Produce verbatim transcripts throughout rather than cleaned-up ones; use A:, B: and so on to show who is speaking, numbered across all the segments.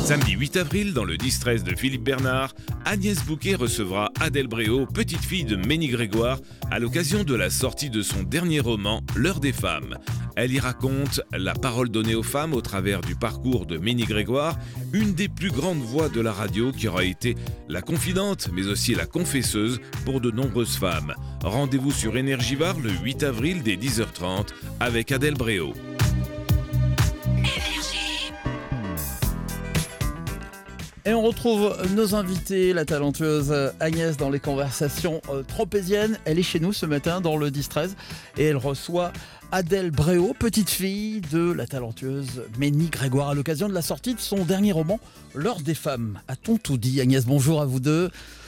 A: Samedi huit avril, dans le dix treize de Philippe Bernard, Agnès Bouquet recevra Adèle Bréau, petite fille de Ménie Grégoire, à l'occasion de la sortie de son dernier roman, L'heure des femmes. Elle y raconte la parole donnée aux femmes au travers du parcours de Ménie Grégoire, une des plus grandes voix de la radio qui aura été la confidente, mais aussi la confesseuse pour de nombreuses femmes. Rendez-vous sur Énergivare le huit avril dès dix heures trente avec Adèle Bréau.
B: Et on retrouve nos invités, la talentueuse Agnès dans les conversations euh, tropéziennes. Elle est chez nous ce matin dans le dix treize et elle reçoit Adèle Bréau, petite fille de la talentueuse Ménie Grégoire, à l'occasion de la sortie de son dernier roman, L'heure des femmes. A-t-on tout dit? Agnès, bonjour à vous deux.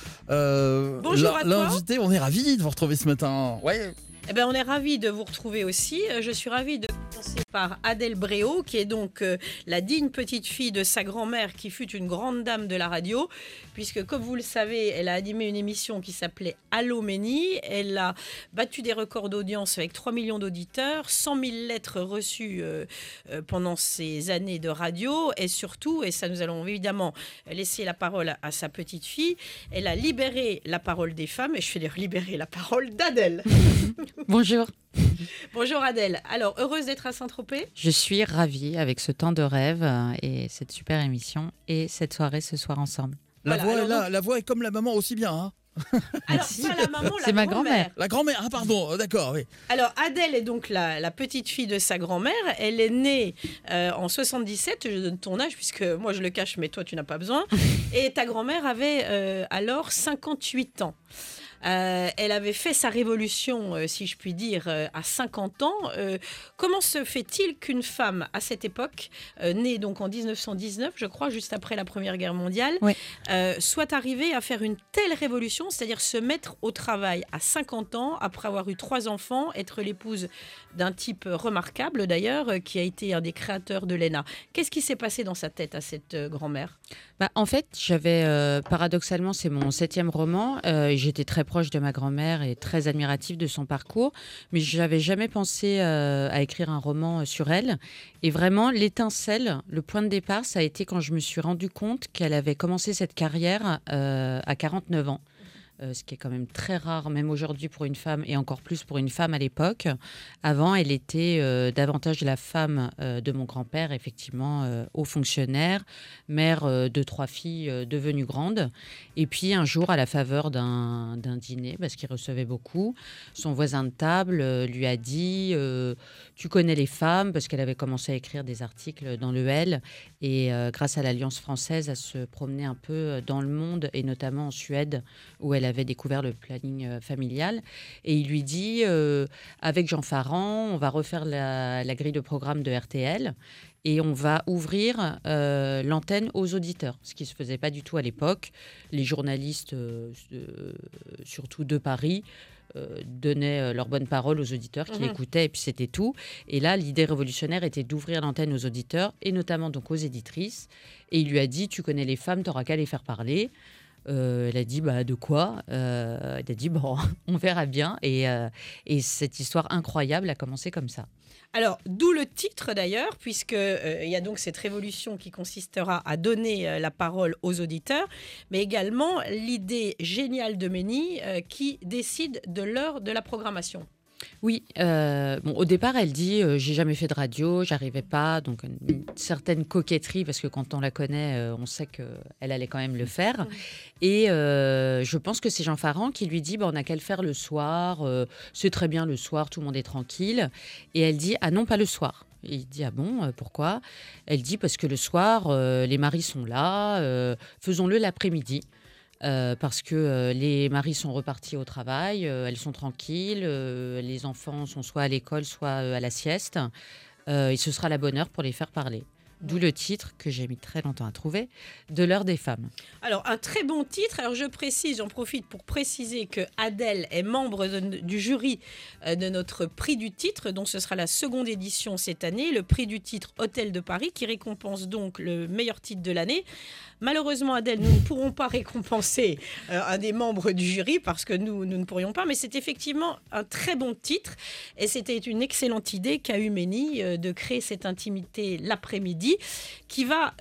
C: Euh, bonjour
B: la,
C: à toi.
B: L'invité, on est ravis de vous retrouver ce matin. Ouais.
C: Eh ben, on est ravis de vous retrouver aussi. Je suis ravie de commencer par Adèle Bréau, qui est donc euh, la digne petite fille de sa grand-mère, qui fut une grande dame de la radio, puisque, comme vous le savez, elle a animé une émission qui s'appelait Allô Ménie. Elle a battu des records d'audience avec trois millions d'auditeurs, cent mille lettres reçues euh, euh, pendant ces années de radio, et surtout, et ça nous allons évidemment laisser la parole à, à sa petite fille, elle a libéré la parole des femmes, et je vais dire libérer la parole d'Adèle.
D: Bonjour.
C: Bonjour Adèle. Alors, heureuse d'être à Saint-Tropez ?
D: Je suis ravie avec ce temps de rêve euh, et cette super émission et cette soirée ce soir ensemble.
B: La,
C: voilà,
B: voix, est là,
C: donc...
B: la voix est comme la maman aussi bien. Hein.
C: Alors, pas la maman, la
D: C'est ma
C: grand-mère.
D: grand-mère.
B: La grand-mère, ah pardon, d'accord, oui.
C: Alors, Adèle est donc la, la petite fille de sa grand-mère. Elle est née euh, en soixante-dix-sept, je donne ton âge, puisque moi je le cache, mais toi tu n'as pas besoin. Et ta grand-mère avait euh, alors cinquante-huit ans. Euh, elle avait fait sa révolution, euh, si je puis dire, euh, à cinquante ans. Euh, comment se fait-il qu'une femme, à cette époque, euh, née donc en dix-neuf cent dix-neuf, je crois, juste après la Première Guerre mondiale,
D: oui.
C: euh, soit arrivée à faire une telle révolution, c'est-à-dire se mettre au travail à cinquante ans, après avoir eu trois enfants, être l'épouse d'un type remarquable d'ailleurs, euh, qui a été un des créateurs de l'E N A. Qu'est-ce qui s'est passé dans sa tête à cette euh, grand-mère ?
D: Bah, en fait, j'avais, euh, paradoxalement, c'est mon septième roman, euh, et j'étais très proche de ma grand-mère et très admirative de son parcours, mais je n'avais jamais pensé euh, à écrire un roman sur elle. Et vraiment, l'étincelle, le point de départ, ça a été quand je me suis rendu compte qu'elle avait commencé cette carrière euh, à quarante-neuf ans. Euh, ce qui est quand même très rare, même aujourd'hui pour une femme, et encore plus pour une femme à l'époque. Avant, elle était euh, davantage la femme euh, de mon grand-père, effectivement, euh, haut fonctionnaire, mère euh, de trois filles euh, devenues grandes. Et puis, un jour, à la faveur d'un, d'un dîner, parce qu'il recevait beaucoup, son voisin de table euh, lui a dit euh, « Tu connais les femmes ?» parce qu'elle avait commencé à écrire des articles dans l'E L, et euh, grâce à l'Alliance française, à se promener un peu dans le monde, et notamment en Suède, où elle avait découvert le planning euh, familial. Et il lui dit, euh, avec Jean Farand, on va refaire la, la grille de programme de R T L et on va ouvrir euh, l'antenne aux auditeurs, ce qui ne se faisait pas du tout à l'époque. Les journalistes, euh, euh, surtout de Paris, euh, donnaient leur bonne parole aux auditeurs qui mmh. écoutaient, et puis c'était tout. Et là, l'idée révolutionnaire était d'ouvrir l'antenne aux auditeurs, et notamment donc aux éditrices. Et il lui a dit, tu connais les femmes, tu n'auras qu'à les faire parler. Euh, elle a dit bah, de quoi euh, Elle a dit bon, on verra bien. Et, euh, et cette histoire incroyable a commencé comme ça.
C: Alors, d'où le titre d'ailleurs, puisqu'il euh, y a donc cette révolution qui consistera à donner euh, la parole aux auditeurs, mais également l'idée géniale de Ménie euh, qui décide de l'heure de la programmation.
D: Oui, euh, bon, au départ, elle dit euh, j'ai jamais fait de radio, j'arrivais pas, donc une, une certaine coquetterie parce que quand on la connaît, euh, on sait qu'elle allait quand même le faire. Mmh. Et euh, je pense que c'est Jean Farand qui lui dit bah, on n'a qu'à le faire le soir, euh, c'est très bien le soir, tout le monde est tranquille. Et elle dit ah non, pas le soir. Et il dit ah bon, euh, pourquoi ? Elle dit parce que le soir, euh, les maris sont là, euh, faisons-le l'après-midi. Euh, parce que euh, les maris sont repartis au travail, euh, elles sont tranquilles, euh, les enfants sont soit à l'école, soit euh, à la sieste, euh, et ce sera la bonne heure pour les faire parler. D'où le titre, que j'ai mis très longtemps à trouver, de l'heure des femmes.
C: Alors, un très bon titre. Alors, je précise, j'en profite pour préciser que Adèle est membre de, du jury euh, de notre prix du titre, dont ce sera la seconde édition cette année, le prix du titre Hôtel de Paris, qui récompense donc le meilleur titre de l'année. Malheureusement, Adèle, nous ne pourrons pas récompenser euh, un des membres du jury parce que nous, nous ne pourrions pas, mais c'est effectivement un très bon titre et c'était une excellente idée qu'a eu Ménie euh, de créer cette intimité l'après-midi qui va euh, très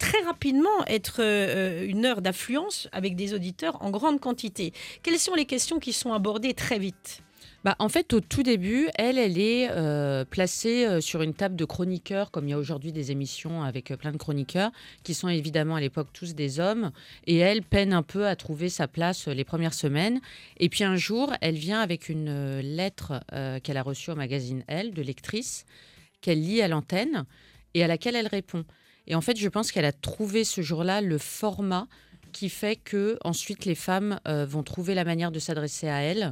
C: très rapidement être euh, une heure d'affluence avec des auditeurs en grande quantité. Quelles sont les questions qui sont abordées très vite ?
D: Bah, en fait, au tout début, elle, elle est euh, placée euh, sur une table de chroniqueurs, comme il y a aujourd'hui des émissions avec euh, plein de chroniqueurs, qui sont évidemment à l'époque tous des hommes. Et elle peine un peu à trouver sa place euh, les premières semaines. Et puis un jour, elle vient avec une euh, lettre euh, qu'elle a reçue au magazine Elle, de lectrice, qu'elle lit à l'antenne et à laquelle elle répond. Et en fait, je pense qu'elle a trouvé ce jour-là le format qui fait que ensuite les femmes euh, vont trouver la manière de s'adresser à elle. Mmh.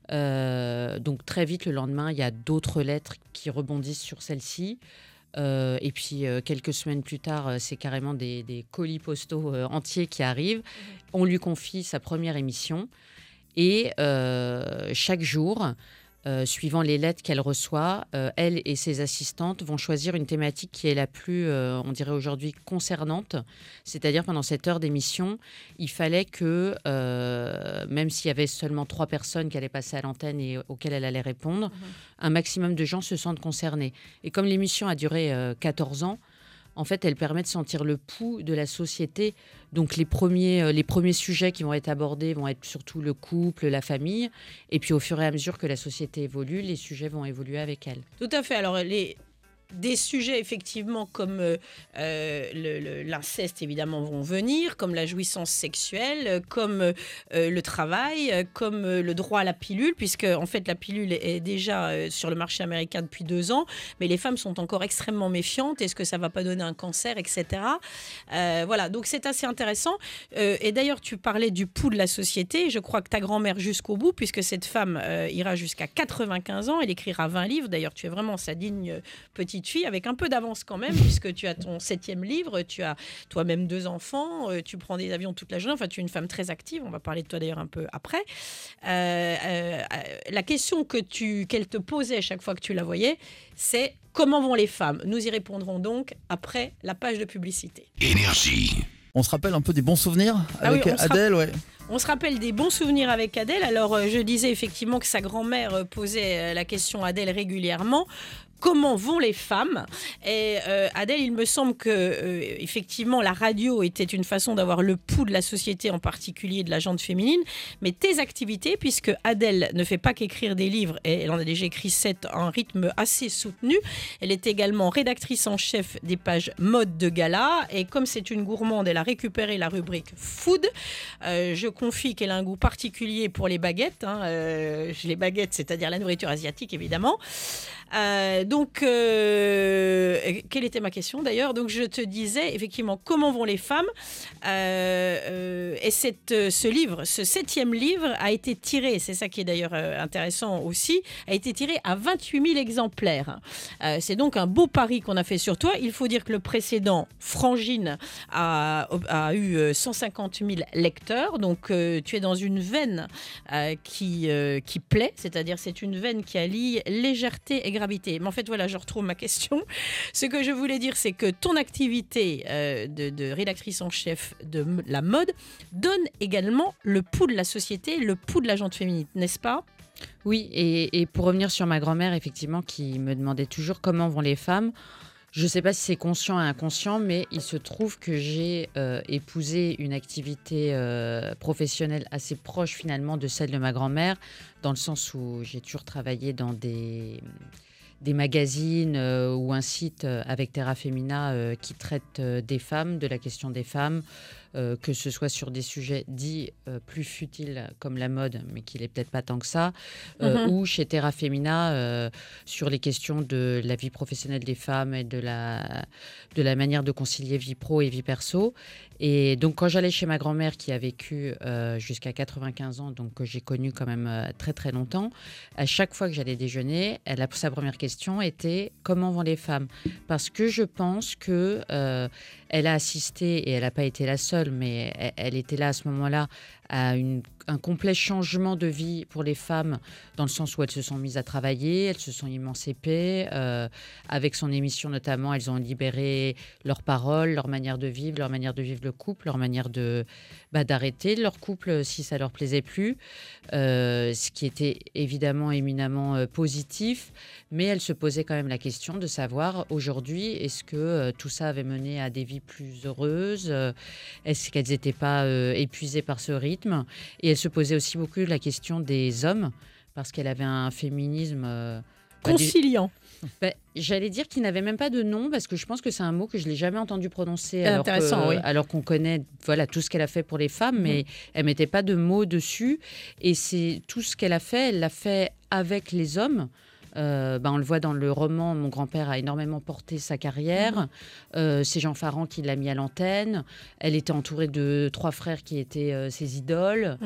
D: Euh, donc très vite, le lendemain, il y a d'autres lettres qui rebondissent sur celle-ci. Euh, et puis euh, quelques semaines plus tard, euh, c'est carrément des, des colis postaux euh, entiers qui arrivent. Mmh. On lui confie sa première émission. Et euh, chaque jour, euh, suivant les lettres qu'elle reçoit, euh, elle et ses assistantes vont choisir une thématique qui est la plus, euh, on dirait aujourd'hui, concernante. C'est-à-dire, pendant cette heure d'émission, il fallait que, euh, même s'il y avait seulement trois personnes qui allaient passer à l'antenne et auxquelles elle allait répondre, mmh. un maximum de gens se sentent concernés. Et comme l'émission a duré euh, quatorze ans, en fait, elle permet de sentir le pouls de la société. Donc, les premiers, euh, les premiers sujets qui vont être abordés vont être surtout le couple, la famille. Et puis, au fur et à mesure que la société évolue, les sujets vont évoluer avec elle.
C: Tout à fait. Alors, les... Des sujets, effectivement, comme euh, le, le, l'inceste, évidemment, vont venir, comme la jouissance sexuelle, comme euh, le travail, comme euh, le droit à la pilule, puisque, en fait, la pilule est déjà euh, sur le marché américain depuis deux ans, mais les femmes sont encore extrêmement méfiantes. Est-ce que ça ne va pas donner un cancer, et cetera. Euh, voilà, donc c'est assez intéressant. Euh, et d'ailleurs, tu parlais du pouls de la société. Je crois que ta grand-mère jusqu'au bout, puisque cette femme euh, ira jusqu'à quatre-vingt-quinze ans, elle écrira vingt livres. D'ailleurs, tu es vraiment sa digne petite fille, avec un peu d'avance quand même, puisque tu as ton septième livre, tu as toi-même deux enfants, euh, tu prends des avions toute la journée, enfin tu es une femme très active, on va parler de toi d'ailleurs un peu après. Euh, euh, la question que tu, qu'elle te posait chaque fois que tu la voyais, c'est comment vont les femmes ? Nous y répondrons donc après la page de publicité.
B: Énergie. On se rappelle un peu des bons souvenirs avec ah oui, Adèle,
C: rapp-
B: ouais.
C: On se rappelle des bons souvenirs avec Adèle. Alors, euh, je disais effectivement que sa grand-mère euh, posait euh, la question à Adèle régulièrement. Comment vont les femmes ? Et euh, Adèle, il me semble que euh, effectivement la radio était une façon d'avoir le pouls de la société, en particulier de la gente féminine. Mais tes activités, puisque Adèle ne fait pas qu'écrire des livres, et elle en a déjà écrit sept à un rythme assez soutenu. Elle est également rédactrice en chef des pages mode de gala. Et comme c'est une gourmande, elle a récupéré la rubrique food. Euh, je confie qu'elle a un goût particulier pour les baguettes. Hein, euh, les baguettes, c'est-à-dire la nourriture asiatique, évidemment. Euh, donc, euh, quelle était ma question d'ailleurs ? Donc, je te disais effectivement comment vont les femmes. Euh, euh, et cette, ce livre, ce septième livre, a été tiré, c'est ça qui est d'ailleurs euh, intéressant aussi, a été tiré à vingt-huit mille exemplaires. Euh, c'est donc un beau pari qu'on a fait sur toi. Il faut dire que le précédent, Frangine, a, a eu cent cinquante mille lecteurs. Donc, euh, tu es dans une veine euh, qui, euh, qui plaît, c'est-à-dire c'est une veine qui allie légèreté et gravité. Mais en fait, voilà, je retrouve ma question. Ce que je voulais dire, c'est que ton activité euh, de, de rédactrice en chef de la mode donne également le pouls de la société, le pouls de la gente féminine, n'est-ce pas ?
D: Oui, et, et pour revenir sur ma grand-mère, effectivement, qui me demandait toujours comment vont les femmes, je ne sais pas si c'est conscient et inconscient, mais il se trouve que j'ai euh, épousé une activité euh, professionnelle assez proche finalement de celle de ma grand-mère, dans le sens où j'ai toujours travaillé dans des... des magazines euh, ou un site euh, avec Terra Femina euh, qui traite euh, des femmes, de la question des femmes, euh, que ce soit sur des sujets dits euh, plus futiles comme la mode, mais qui n'est peut-être pas tant que ça, euh, mm-hmm. ou chez Terra Femina euh, sur les questions de la vie professionnelle des femmes et de la, de la manière de concilier vie pro et vie perso. Et donc, quand j'allais chez ma grand-mère qui a vécu euh, jusqu'à quatre-vingt-quinze ans, donc que j'ai connue quand même euh, très très longtemps, à chaque fois que j'allais déjeuner, elle a, sa première question était « Comment vont les femmes ?» Parce que je pense que euh, elle a assisté, et elle n'a pas été la seule, mais elle, elle était là à ce moment-là, à une, un complet changement de vie pour les femmes, dans le sens où elles se sont mises à travailler, elles se sont émancipées. Euh, avec son émission notamment, elles ont libéré leurs paroles, leur manière de vivre, leur manière de vivre le couple, leur manière de, bah, d'arrêter leur couple si ça leur plaisait plus. Euh, ce qui était évidemment éminemment euh, positif, mais elles se posaient quand même la question de savoir aujourd'hui, est-ce que euh, tout ça avait mené à des vies plus heureuses, euh, est-ce qu'elles n'étaient pas euh, épuisées par ce rythme, et elles se posaient aussi beaucoup la question des hommes, parce qu'elle avait un féminisme euh,
C: conciliant.
D: Bah, j'allais dire qu'il n'avait même pas de nom, parce que je pense que c'est un mot que je ne l'ai jamais entendu prononcer, alors,
C: intéressant,
D: que,
C: oui.
D: alors qu'on connaît voilà, tout ce qu'elle a fait pour les femmes, mmh. mais elle ne mettait pas de mots dessus. Et c'est tout ce qu'elle a fait, elle l'a fait avec les hommes. Euh, bah on le voit dans le roman, mon grand-père a énormément porté sa carrière. Mmh. Euh, c'est Jean Farand qui l'a mis à l'antenne. Elle était entourée de trois frères qui étaient euh, ses idoles. Mmh.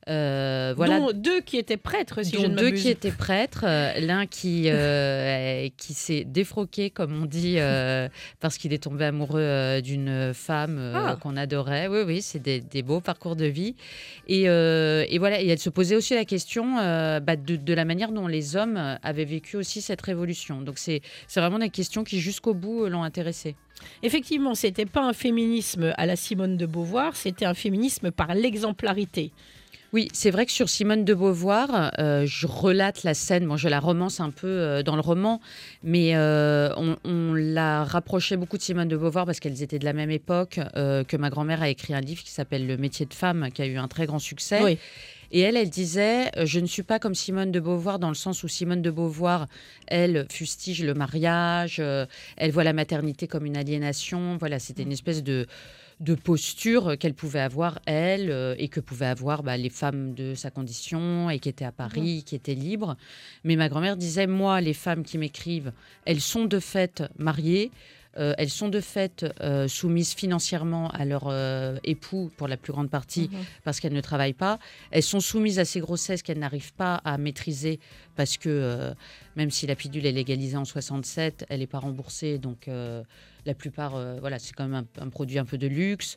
C: Euh, voilà. Dont deux qui étaient prêtres, si
D: Dont
C: je ne
D: deux
C: m'abuse.
D: qui étaient prêtres. Euh, l'un qui, euh, qui s'est défroqué, comme on dit, euh, parce qu'il est tombé amoureux euh, d'une femme euh, ah. qu'on adorait. Oui, oui, c'est des, des beaux parcours de vie. Et, euh, et voilà. Et elle se posait aussi la question euh, bah, de, de la manière dont les hommes avaient vécu aussi cette révolution. Donc c'est, c'est vraiment des questions qui jusqu'au bout l'ont intéressée.
C: Effectivement, c'était pas un féminisme à la Simone de Beauvoir, c'était un féminisme par l'exemplarité.
D: Oui, c'est vrai que sur Simone de Beauvoir, euh, je relate la scène, bon, je la romance un peu euh, dans le roman, mais euh, on, on la rapprochait beaucoup de Simone de Beauvoir parce qu'elles étaient de la même époque, euh, que ma grand-mère a écrit un livre qui s'appelle Le métier de femme, qui a eu un très grand succès.
C: Oui.
D: Et elle, elle disait, euh, je ne suis pas comme Simone de Beauvoir, dans le sens où Simone de Beauvoir, elle fustige le mariage, euh, elle voit la maternité comme une aliénation. Voilà, c'était une espèce de, de posture qu'elle pouvait avoir, elle, euh, et que pouvaient avoir bah, les femmes de sa condition, et qui étaient à Paris, mmh. qui étaient libres. Mais ma grand-mère disait, moi, les femmes qui m'écrivent, elles sont de fait mariées. Euh, elles sont de fait euh, soumises financièrement à leur euh, époux pour la plus grande partie, mmh. parce qu'elles ne travaillent pas. Elles sont soumises à ces grossesses qu'elles n'arrivent pas à maîtriser parce que euh, même si la pilule est légalisée en soixante-sept, elle n'est pas remboursée. Donc euh, la plupart, euh, voilà, c'est quand même un, un produit un peu de luxe.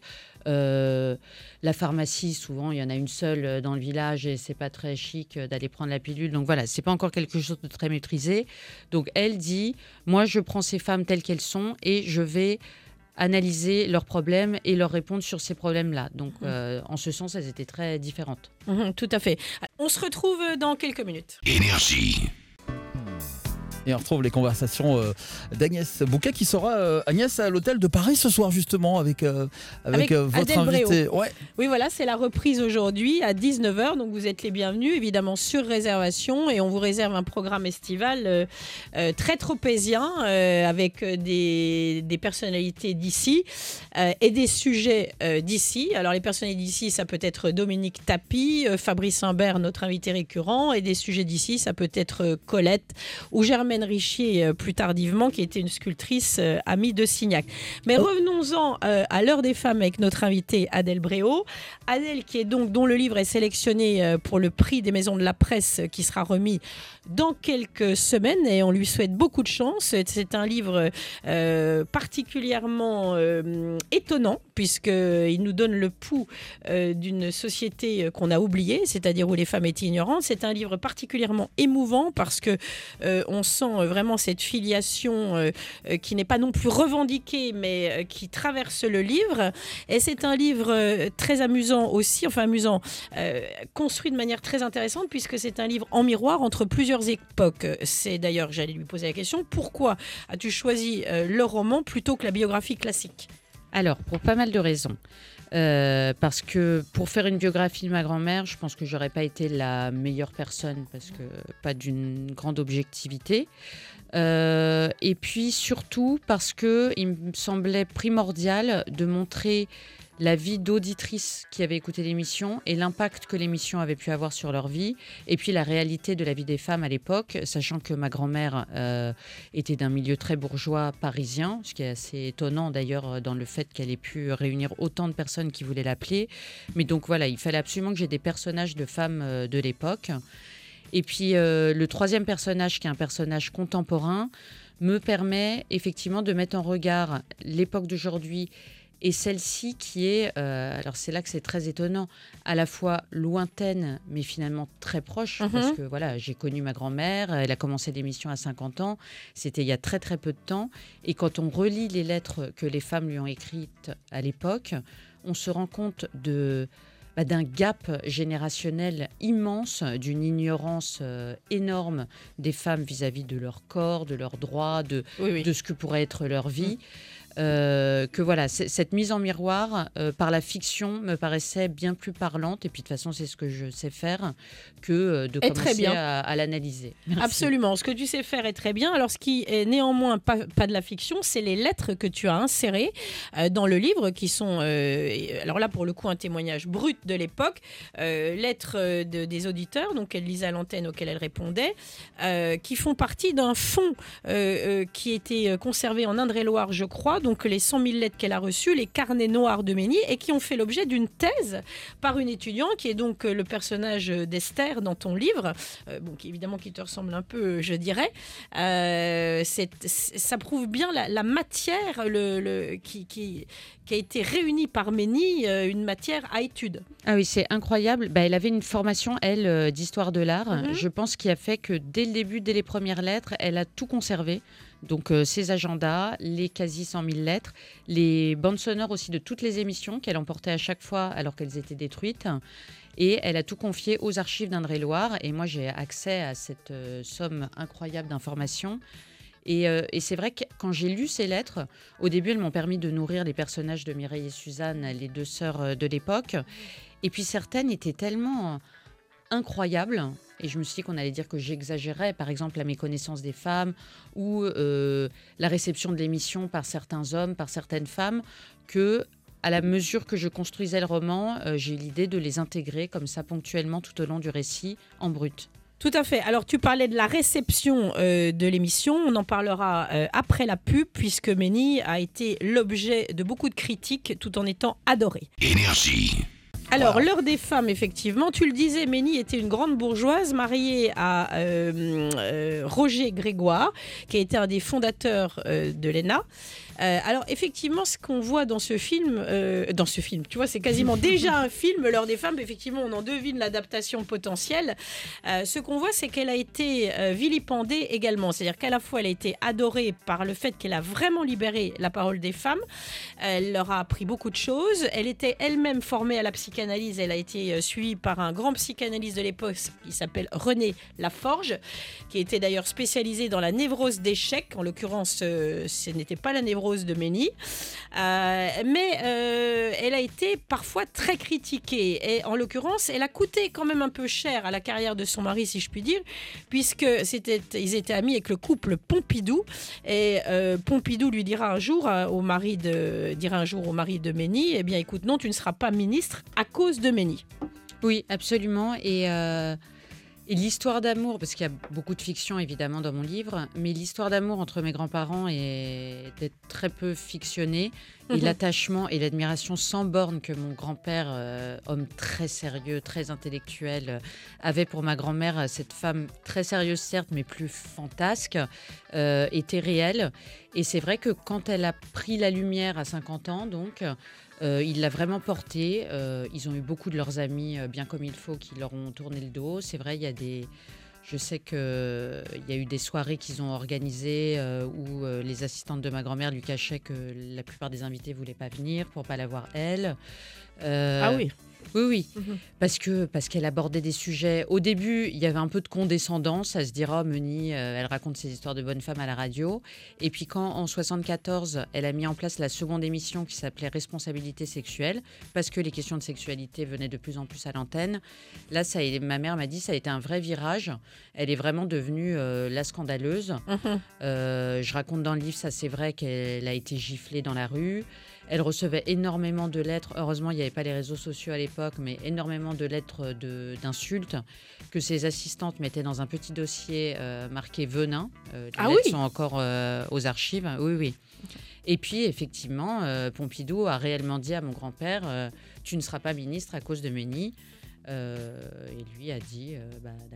D: Euh, la pharmacie, souvent, il y en a une seule dans le village et c'est pas très chic d'aller prendre la pilule. Donc voilà, c'est pas encore quelque chose de très maîtrisé. Donc elle dit, moi je prends ces femmes telles qu'elles sont et je vais analyser leurs problèmes et leur répondre sur ces problèmes-là. Donc euh, en ce sens, elles étaient très différentes.
C: Mmh, tout à fait. On se retrouve dans quelques minutes.
A: Énergie.
B: Et on retrouve les conversations euh, d'Agnès Bouquet qui sera, euh, Agnès, à l'hôtel de Paris ce soir justement avec, euh, avec, avec euh, votre invité. Ouais.
C: Oui, voilà, c'est la reprise aujourd'hui à dix-neuf heures. Donc vous êtes les bienvenus, évidemment sur réservation. Et on vous réserve un programme estival euh, euh, très tropézien euh, avec des, des personnalités d'ici euh, et des sujets euh, d'ici. Alors les personnalités d'ici, ça peut être Dominique Tapie, euh, Fabrice Imbert, notre invité récurrent. Et des sujets d'ici, ça peut être euh, Colette ou Germaine Richier, plus tardivement, qui était une sculptrice euh, amie de Signac. Mais revenons-en euh, à l'heure des femmes avec notre invitée Adèle Bréau. Adèle, qui est donc, dont le livre est sélectionné euh, pour le prix des maisons de la presse euh, qui sera remis dans quelques semaines et on lui souhaite beaucoup de chance. C'est un livre euh, particulièrement euh, étonnant puisqu'il nous donne le pouls euh, d'une société qu'on a oubliée, c'est-à-dire où les femmes étaient ignorantes. C'est un livre particulièrement émouvant parce que euh, on sent vraiment cette filiation euh, euh, qui n'est pas non plus revendiquée mais euh, qui traverse le livre. Et c'est un livre euh, très amusant aussi, enfin amusant, euh, construit de manière très intéressante puisque c'est un livre en miroir entre plusieurs époques. C'est d'ailleurs, j'allais lui poser la question, pourquoi as-tu choisi euh, le roman plutôt que la biographie classique ?
D: Alors, pour pas mal de raisons. Euh, parce que pour faire une biographie de ma grand-mère, je pense que j'aurais pas été la meilleure personne parce que pas d'une grande objectivité. Euh, et puis surtout parce que il me semblait primordial de montrer la vie d'auditrices qui avaient écouté l'émission et l'impact que l'émission avait pu avoir sur leur vie, et puis la réalité de la vie des femmes à l'époque, sachant que ma grand-mère euh, était d'un milieu très bourgeois parisien, ce qui est assez étonnant d'ailleurs dans le fait qu'elle ait pu réunir autant de personnes qui voulaient l'appeler. Mais donc voilà, il fallait absolument que j'ai des personnages de femmes euh, de l'époque. Et puis euh, le troisième personnage, qui est un personnage contemporain, me permet effectivement de mettre en regard l'époque d'aujourd'hui Et celle-ci qui est, euh, alors c'est là que c'est très étonnant, à la fois lointaine, mais finalement très proche,
C: Mhm.
D: parce que voilà, j'ai connu ma grand-mère, elle a commencé l'émission à cinquante ans, c'était il y a très très peu de temps, et quand on relit les lettres que les femmes lui ont écrites à l'époque, on se rend compte de, bah, d'un gap générationnel immense, d'une ignorance euh, énorme des femmes vis-à-vis de leur corps, de leurs droits, de,
C: Oui, oui.
D: de ce que pourrait être leur vie. Euh, que voilà, c- cette mise en miroir euh, par la fiction me paraissait bien plus parlante, et puis de toute façon c'est ce que je sais faire, que euh, de
C: Et très
D: commencer
C: bien.
D: à, à l'analyser. Merci.
C: Absolument, ce que tu sais faire est très bien. Alors ce qui est néanmoins pas, pas de la fiction, c'est les lettres que tu as insérées euh, dans le livre, qui sont, euh, alors là pour le coup un témoignage brut de l'époque, euh, lettres euh, de, des auditeurs, donc elle lisait à l'antenne, auxquelles elle répondait, euh, qui font partie d'un fonds euh, euh, qui était euh, conservé en Indre-et-Loire, je crois, donc les cent mille lettres qu'elle a reçues, les carnets noirs de Ménie, et qui ont fait l'objet d'une thèse par une étudiante, qui est donc euh, le personnage d'Esther dans ton livre, euh, bon, qui, évidemment qui te ressemble un peu, je dirais. Euh, c'est, c'est- ça prouve bien la, la matière le, le- qui, qui, qui a été réunie par Ménie, euh, une matière à étude.
D: Ah oui, c'est incroyable. Bah, elle avait une formation, elle, euh, d'histoire de l'art.
C: Mhm.
D: Je pense qui a fait que dès le début, dès les premières lettres, elle a tout conservé. Donc euh, ses agendas, les quasi cent mille lettres, les bandes sonores aussi de toutes les émissions qu'elle emportait à chaque fois alors qu'elles étaient détruites. Et elle a tout confié aux archives d'Indre-et-Loire. Et moi, j'ai accès à cette euh, somme incroyable d'informations. Et, euh, et c'est vrai que quand j'ai lu ces lettres, au début, elles m'ont permis de nourrir les personnages de Mireille et Suzanne, les deux sœurs euh, de l'époque. Et puis certaines étaient tellement euh, incroyables. Et je me suis dit qu'on allait dire que j'exagérais, par exemple la méconnaissance des femmes ou euh, la réception de l'émission par certains hommes, par certaines femmes, que à la mesure que je construisais le roman, euh, j'ai eu l'idée de les intégrer comme ça ponctuellement tout au long du récit en brut.
C: Tout à fait. Alors, tu parlais de la réception euh, de l'émission. On en parlera euh, après la pub, puisque Ménie a été l'objet de beaucoup de critiques tout en étant adorée.
E: Énergie.
C: Alors, l'heure des femmes, effectivement, tu le disais, Ménie était une grande bourgeoise mariée à euh, euh, Roger Grégoire, qui a été un des fondateurs euh, de l'E N A. Euh, alors, effectivement, ce qu'on voit dans ce film, euh, dans ce film, tu vois, c'est quasiment déjà un film, l'heure des femmes. Effectivement, on en devine l'adaptation potentielle. Euh, ce qu'on voit, c'est qu'elle a été euh, vilipendée également. C'est-à-dire qu'à la fois, elle a été adorée par le fait qu'elle a vraiment libéré la parole des femmes. Elle leur a appris beaucoup de choses. Elle était elle-même formée à la psychanalyse. Elle a été euh, suivie par un grand psychanalyste de l'époque qui s'appelle René Laforge, qui était d'ailleurs spécialisé dans la névrose d'échec. En l'occurrence, euh, ce n'était pas la névrose de Ménie. Euh, mais euh, elle a été parfois très critiquée. Et en l'occurrence, elle a coûté quand même un peu cher à la carrière de son mari, si je puis dire, puisque c'était, ils étaient amis avec le couple Pompidou. Et euh, Pompidou lui dira un jour euh, au mari de, dira un jour au mari de Ménie, eh bien écoute, non, tu ne seras pas ministre à cause de Ménie.
D: Oui, absolument. Et, euh, et l'histoire d'amour, parce qu'il y a beaucoup de fiction évidemment dans mon livre, mais l'histoire d'amour entre mes grands-parents est d'être très peu fictionnée. Et
C: Mhm.
D: l'attachement et l'admiration sans borne que mon grand-père, euh, homme très sérieux, très intellectuel, euh, avait pour ma grand-mère, euh, cette femme très sérieuse certes, mais plus fantasque, euh, était réelle. Et c'est vrai que quand elle a pris la lumière à cinquante ans, donc, euh, il l'a vraiment portée. Euh, ils ont eu beaucoup de leurs amis, euh, bien comme il faut, qui leur ont tourné le dos. C'est vrai, il y a des... Je sais qu'il y a eu des soirées qu'ils ont organisées euh, où euh, les assistantes de ma grand-mère lui cachaient que la plupart des invités ne voulaient pas venir pour ne pas la voir elle. Euh,
C: Ah oui.
D: Oui, oui,
C: Mhm.
D: parce que parce qu'elle abordait des sujets. Au début, il y avait un peu de condescendance à se dire oh Ménie, euh, elle raconte ses histoires de bonnes femmes à la radio. Et puis quand en soixante-quatorze, elle a mis en place la seconde émission qui s'appelait Responsabilité sexuelle, parce que les questions de sexualité venaient de plus en plus à l'antenne. Là, ça, a- ma mère m'a dit ça a été un vrai virage. Elle est vraiment devenue euh, la scandaleuse.
C: Mhm.
D: Euh, je raconte dans le livre, ça c'est vrai qu'elle a été giflée dans la rue. Elle recevait énormément de lettres. Heureusement, il n'y avait pas les réseaux sociaux à l'époque, mais énormément de lettres de- d'insultes que ses assistantes mettaient dans un petit dossier euh, marqué venin. Euh, les
C: Ah
D: lettres
C: oui.
D: sont encore euh, aux archives. Oui, oui. Et puis, effectivement, euh, Pompidou a réellement dit à mon grand-père euh, tu ne seras pas ministre à cause de Ménie. Euh, et lui a dit euh, bah, d'accord.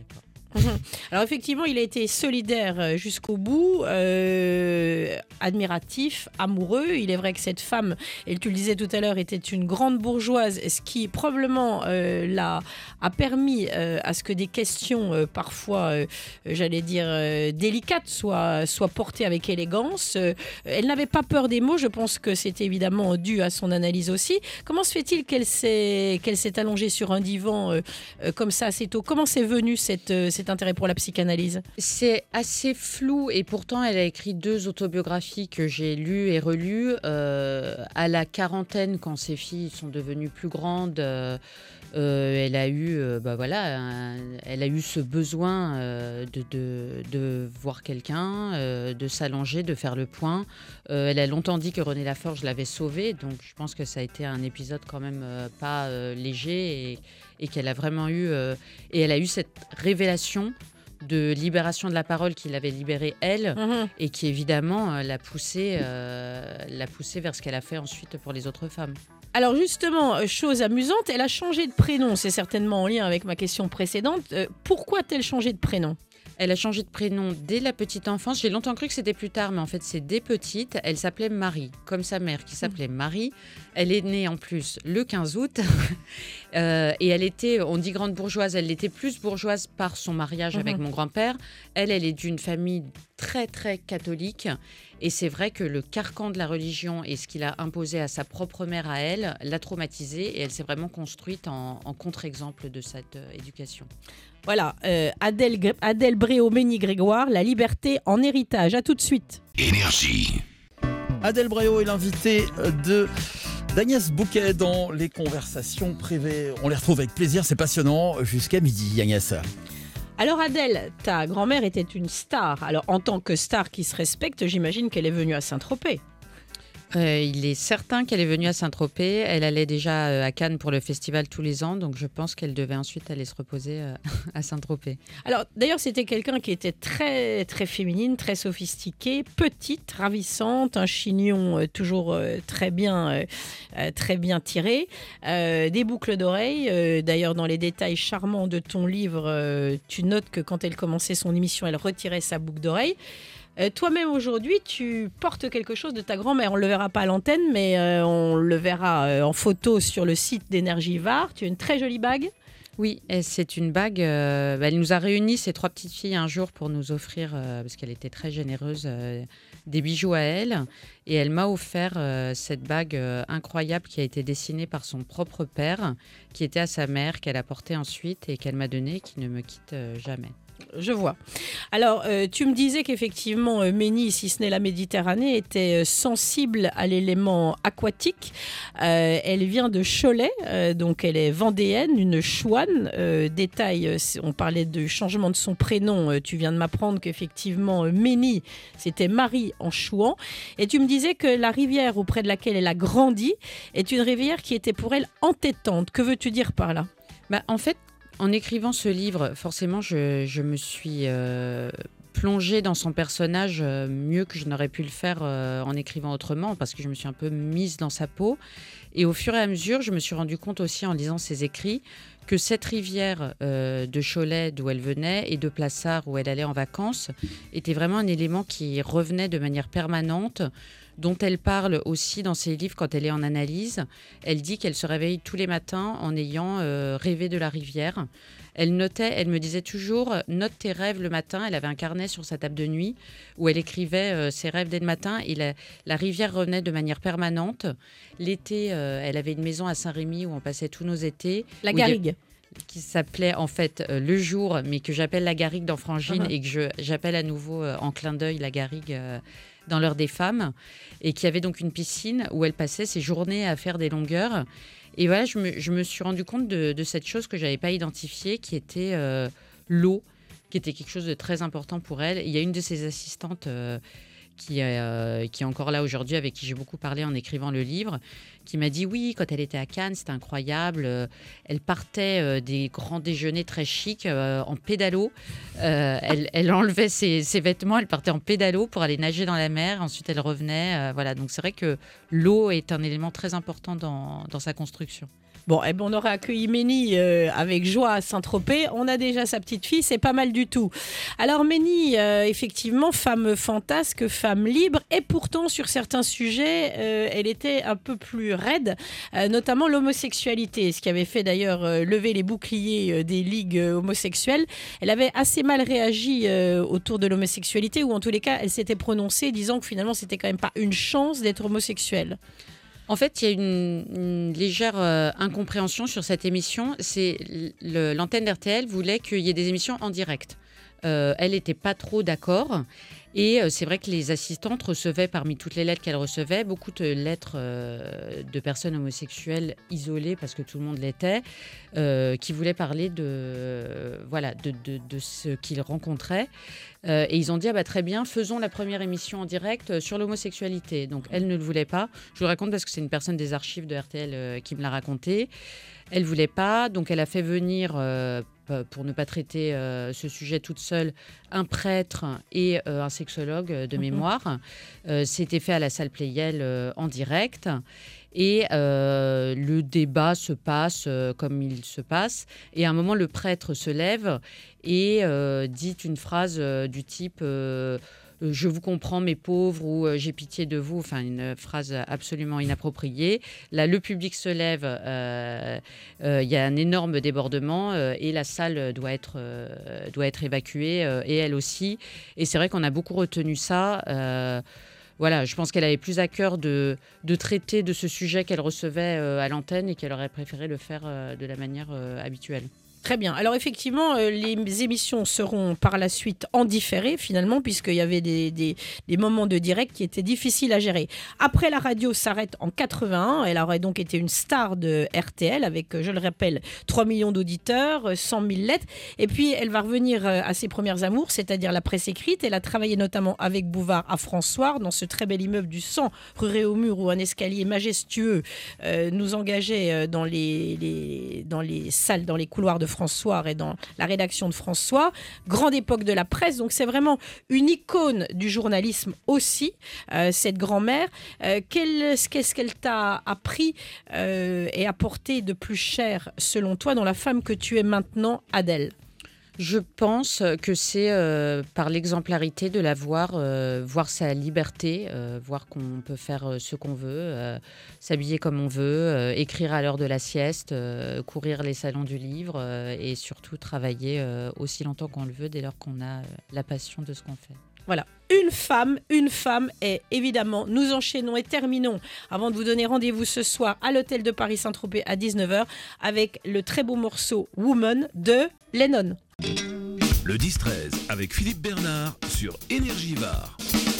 C: Alors effectivement, il a été solidaire jusqu'au bout, euh, admiratif, amoureux. Il est vrai que cette femme, et tu le disais tout à l'heure, était une grande bourgeoise, ce qui probablement euh, l'a, a permis euh, à ce que des questions euh, parfois, euh, j'allais dire, euh, délicates soient, soient portées avec élégance. Euh, elle n'avait pas peur des mots, je pense que c'est évidemment dû à son analyse aussi. Comment se fait-il qu'elle s'est, qu'elle s'est allongée sur un divan euh, euh, comme ça assez tôt? Comment c'est venu cette, euh, cet intérêt pour la psychanalyse?
D: C'est assez flou et pourtant elle a écrit deux autobiographies que j'ai lues et relues. Euh, à la quarantaine, quand ses filles sont devenues plus grandes, euh, euh, elle a eu, euh, bah voilà, un, elle a eu ce besoin euh, de, de, de voir quelqu'un, euh, de s'allonger, de faire le point. Euh, elle a longtemps dit que René Laforge l'avait sauvée, donc je pense que ça a été un épisode quand même euh, pas euh, léger et, et qu'elle a vraiment eu, euh, et elle a eu cette révélation de libération de la parole qui l'avait libérée elle, mmh. et qui évidemment euh, l'a poussée, euh, l'a poussée vers ce qu'elle a fait ensuite pour les autres femmes.
C: Alors justement, chose amusante, elle a changé de prénom. C'est certainement en lien avec ma question précédente. Euh, pourquoi a-t-elle changé de prénom ?
D: Elle a changé de prénom dès la petite enfance. J'ai longtemps cru que c'était plus tard, mais en fait, c'est dès petite. Elle s'appelait Marie, comme sa mère qui s'appelait Marie. Elle est née en plus le quinze août. euh, et elle était, on dit grande bourgeoise, elle était plus bourgeoise par son mariage mmh. avec mon grand-père. Elle, elle est d'une famille très, très catholique. Et c'est vrai que le carcan de la religion et ce qu'il a imposé à sa propre mère, à elle, l'a traumatisée. Et elle s'est vraiment construite en, en contre-exemple de cette euh, éducation.
C: Voilà, euh, Adèle, Adèle Bréau-Mény-Grégoire, la liberté en héritage. À tout de suite.
A: Énergie.
B: Adèle Bréau est l'invitée de d'Agnès Bouquet dans les conversations privées. On les retrouve avec plaisir, c'est passionnant, jusqu'à midi, Agnès.
C: Alors Adèle, ta grand-mère était une star. Alors en tant que star qui se respecte, j'imagine qu'elle est venue à Saint-Tropez.
D: Euh, il est certain qu'elle est venue à Saint-Tropez. Elle allait déjà euh, à Cannes pour le festival tous les ans, donc je pense qu'elle devait ensuite aller se reposer euh, à Saint-Tropez.
C: Alors d'ailleurs, c'était quelqu'un qui était très très féminine, très sophistiquée, petite, ravissante, un chignon euh, toujours euh, très bien euh, très bien tiré, euh, des boucles d'oreilles. Euh, d'ailleurs, dans les détails charmants de ton livre, euh, tu notes que quand elle commençait son émission, elle retirait sa boucle d'oreille. Euh, toi-même aujourd'hui, tu portes quelque chose de ta grand-mère. On ne le verra pas à l'antenne, mais euh, on le verra euh, en photo sur le site d'Énergie Var. Tu as une très jolie bague.
D: Oui, et c'est une bague. Euh, bah, elle nous a réunis, ces trois petites filles, un jour pour nous offrir, euh, parce qu'elle était très généreuse, euh, des bijoux à elle. Et elle m'a offert euh, cette bague euh, incroyable qui a été dessinée par son propre père, qui était à sa mère, qu'elle a portée ensuite et qu'elle m'a donnée, qui ne me quitte euh, jamais.
C: Je vois. Alors, euh, tu me disais qu'effectivement, euh, Mény, si ce n'est la Méditerranée, était euh, sensible à l'élément aquatique. Euh, elle vient de Cholet, euh, donc elle est vendéenne, une chouane. Euh, détail, euh, on parlait du changement de son prénom. Euh, tu viens de m'apprendre qu'effectivement, euh, Mény, c'était Marie en chouan. Et tu me disais que la rivière auprès de laquelle elle a grandi est une rivière qui était pour elle entêtante. Que veux-tu dire par là ?
D: Bah, en fait, en écrivant ce livre, forcément, je, je me suis euh, plongée dans son personnage euh, mieux que je n'aurais pu le faire euh, en écrivant autrement, parce que je me suis un peu mise dans sa peau. Et au fur et à mesure, je me suis rendu compte aussi en lisant ses écrits que cette rivière euh, de Cholet, d'où elle venait, et de Plassard, où elle allait en vacances, était vraiment un élément qui revenait de manière permanente, dont elle parle aussi dans ses livres quand elle est en analyse. Elle dit qu'elle se réveille tous les matins en ayant euh, rêvé de la rivière. Elle notait, elle me disait toujours « Note tes rêves le matin ». Elle avait un carnet sur sa table de nuit où elle écrivait euh, ses rêves dès le matin. Et la, la rivière revenait de manière permanente. L'été, euh, elle avait une maison à Saint-Rémy où on passait tous nos étés.
C: La Garrigue.
D: Qui s'appelait en fait euh, Le Jour, mais que j'appelle la Garrigue dans Frangine, uh-huh. et que je, j'appelle à nouveau euh, en clin d'œil la Garrigue euh, dans l'heure des femmes, et qui avait donc une piscine où elle passait ses journées à faire des longueurs. Et voilà, je me, je me suis rendu compte de, de cette chose que je n'avais pas identifiée, qui était euh, l'eau, qui était quelque chose de très important pour elle. Et il y a une de ses assistantes euh, qui, est, euh, qui est encore là aujourd'hui, avec qui j'ai beaucoup parlé en écrivant le livre, qui m'a dit oui, quand elle était à Cannes, c'était incroyable. Euh, elle partait euh, des grands déjeuners très chics euh, en pédalo. Euh, elle, elle enlevait ses, ses vêtements, elle partait en pédalo pour aller nager dans la mer. Ensuite, elle revenait. Euh, voilà. Donc, c'est vrai que l'eau est un élément très important dans, dans sa construction.
C: Bon, eh ben on aurait accueilli Ménie euh, avec joie à Saint-Tropez. On a déjà sa petite fille, c'est pas mal du tout. Alors Ménie, euh, effectivement, femme fantasque, femme libre, et pourtant sur certains sujets, euh, elle était un peu plus raide, euh, notamment l'homosexualité, ce qui avait fait d'ailleurs euh, lever les boucliers euh, des ligues euh, homosexuelles. Elle avait assez mal réagi euh, autour de l'homosexualité, ou en tous les cas, elle s'était prononcée disant que finalement, c'était quand même pas une chance d'être homosexuelle.
D: En fait, il y a une, une légère euh, incompréhension sur cette émission. C'est le, l'antenne d'R T L voulait qu'il y ait des émissions en direct. Euh, elle n'était pas trop d'accord. Et euh, c'est vrai que les assistantes recevaient, parmi toutes les lettres qu'elles recevaient, beaucoup de lettres euh, de personnes homosexuelles isolées, parce que tout le monde l'était, euh, qui voulaient parler de, euh, voilà, de, de, de ce qu'ils rencontraient. Euh, et ils ont dit, ah bah, très bien, faisons la première émission en direct sur l'homosexualité. Donc elle ne le voulait pas. Je vous le raconte parce que c'est une personne des archives de R T L euh, qui me l'a raconté. Elle ne voulait pas, donc elle a fait venir, euh, pour ne pas traiter euh, ce sujet toute seule, un prêtre et euh, un sexologue de mémoire. Euh, c'était fait à la salle Pleyel euh, en direct. Et euh, le débat se passe euh, comme il se passe. Et à un moment, le prêtre se lève et euh, dit une phrase euh, du type euh, « Je vous comprends, mes pauvres » ou euh, « J'ai pitié de vous », enfin une phrase absolument inappropriée. Là, le public se lève, il euh, euh, y a un énorme débordement euh, et la salle doit être, euh, doit être évacuée, euh, et elle aussi. Et c'est vrai qu'on a beaucoup retenu ça. Euh, Voilà, je pense qu'elle avait plus à cœur de, de traiter de ce sujet qu'elle recevait euh, à l'antenne et qu'elle aurait préféré le faire euh, de la manière euh, habituelle.
C: Très bien. Alors effectivement, euh, les émissions seront par la suite en différé finalement, puisqu'il y avait des, des, des moments de direct qui étaient difficiles à gérer. Après, la radio s'arrête en quatre-vingt-un. Elle aurait donc été une star de R T L avec, je le rappelle, trois millions d'auditeurs, cent mille lettres. Et puis, elle va revenir à ses premières amours, c'est-à-dire la presse écrite. Elle a travaillé notamment avec Bouvard à François, dans ce très bel immeuble du cent rue Réaumur, où un escalier majestueux euh, nous engageait dans les, les, dans les salles, dans les couloirs de François et dans la rédaction de François. Grande époque de la presse, donc c'est vraiment une icône du journalisme aussi, euh, cette grand-mère. Euh, quel, qu'est-ce qu'elle t'a appris euh, et apporté de plus cher, selon toi, dans la femme que tu es maintenant, Adèle ?
D: Je pense que c'est euh, par l'exemplarité de la voir, euh, voir sa liberté, euh, voir qu'on peut faire ce qu'on veut, euh, s'habiller comme on veut, euh, écrire à l'heure de la sieste, euh, courir les salons du livre euh, et surtout travailler euh, aussi longtemps qu'on le veut dès lors qu'on a euh, la passion de ce qu'on fait.
C: Voilà, une femme, une femme. Et évidemment, nous enchaînons et terminons avant de vous donner rendez-vous ce soir à l'hôtel de Paris Saint-Tropez à dix-neuf heures avec le très beau morceau Woman de Lennon.
A: Le dix treize avec Philippe Bernard sur Énergie Var.